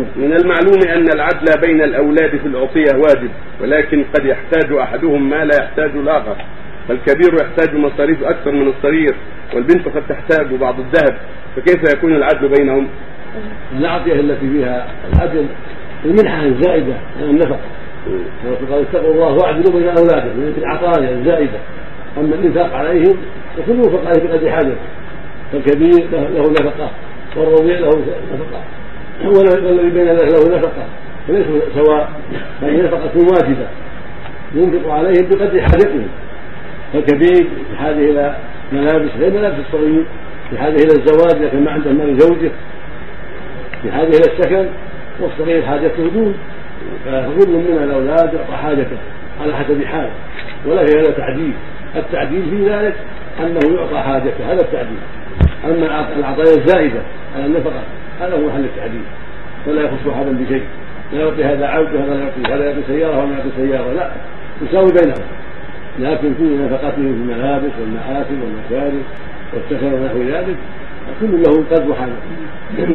من المعلوم أن العدل بين الأولاد في العطية واجب، ولكن قد يحتاج أحدهم ما لا يحتاج الآخر، فالكبير يحتاج مصاريف أكثر من الصغير، والبنت قد تحتاج بعض الذهب، فكيف يكون العدل بينهم؟ العطية التي فيها العدل المنحة الزائدة عن النفقة، قال اتقوا الله واعدلوا بين أولادكم من العطايا الزائدة. أما الإنفاق عليهم فكل ينفق عليه بقدر حاجته، فالكبير له نفقة والرضيع له نفقة والذي بين له نفقة، فليسوا سواء، بل نفقة واجبة ينفق عليهم بقدر حاجتهم. فالكبير بحاجة إلى ملابس غير ملابس الصغير، بحاجة إلى الزواج لكن ما عنده مال زوجه، بحاجة إلى السكن، والصغير حاجته دون، فكل من الأولاد يعطى حاجته على حسب حاله، ولا في هذا تعديل. التعديل في ذلك أنه يعطى حاجته، هذا التعديل. أما العطايا الزائدة على النفقة هذا هو محل التعديل، ولا يخص أحدا بشيء، لا يعطي هذا عبد وهذا لا يعطي، هذا يعطي سيارة ولا يعطي سيارة، لا، يساوي بينهم، لكن في نفقته في الملابس والمآكل والمشارب والسكن ونحو ذلك كل له قدر حاجته.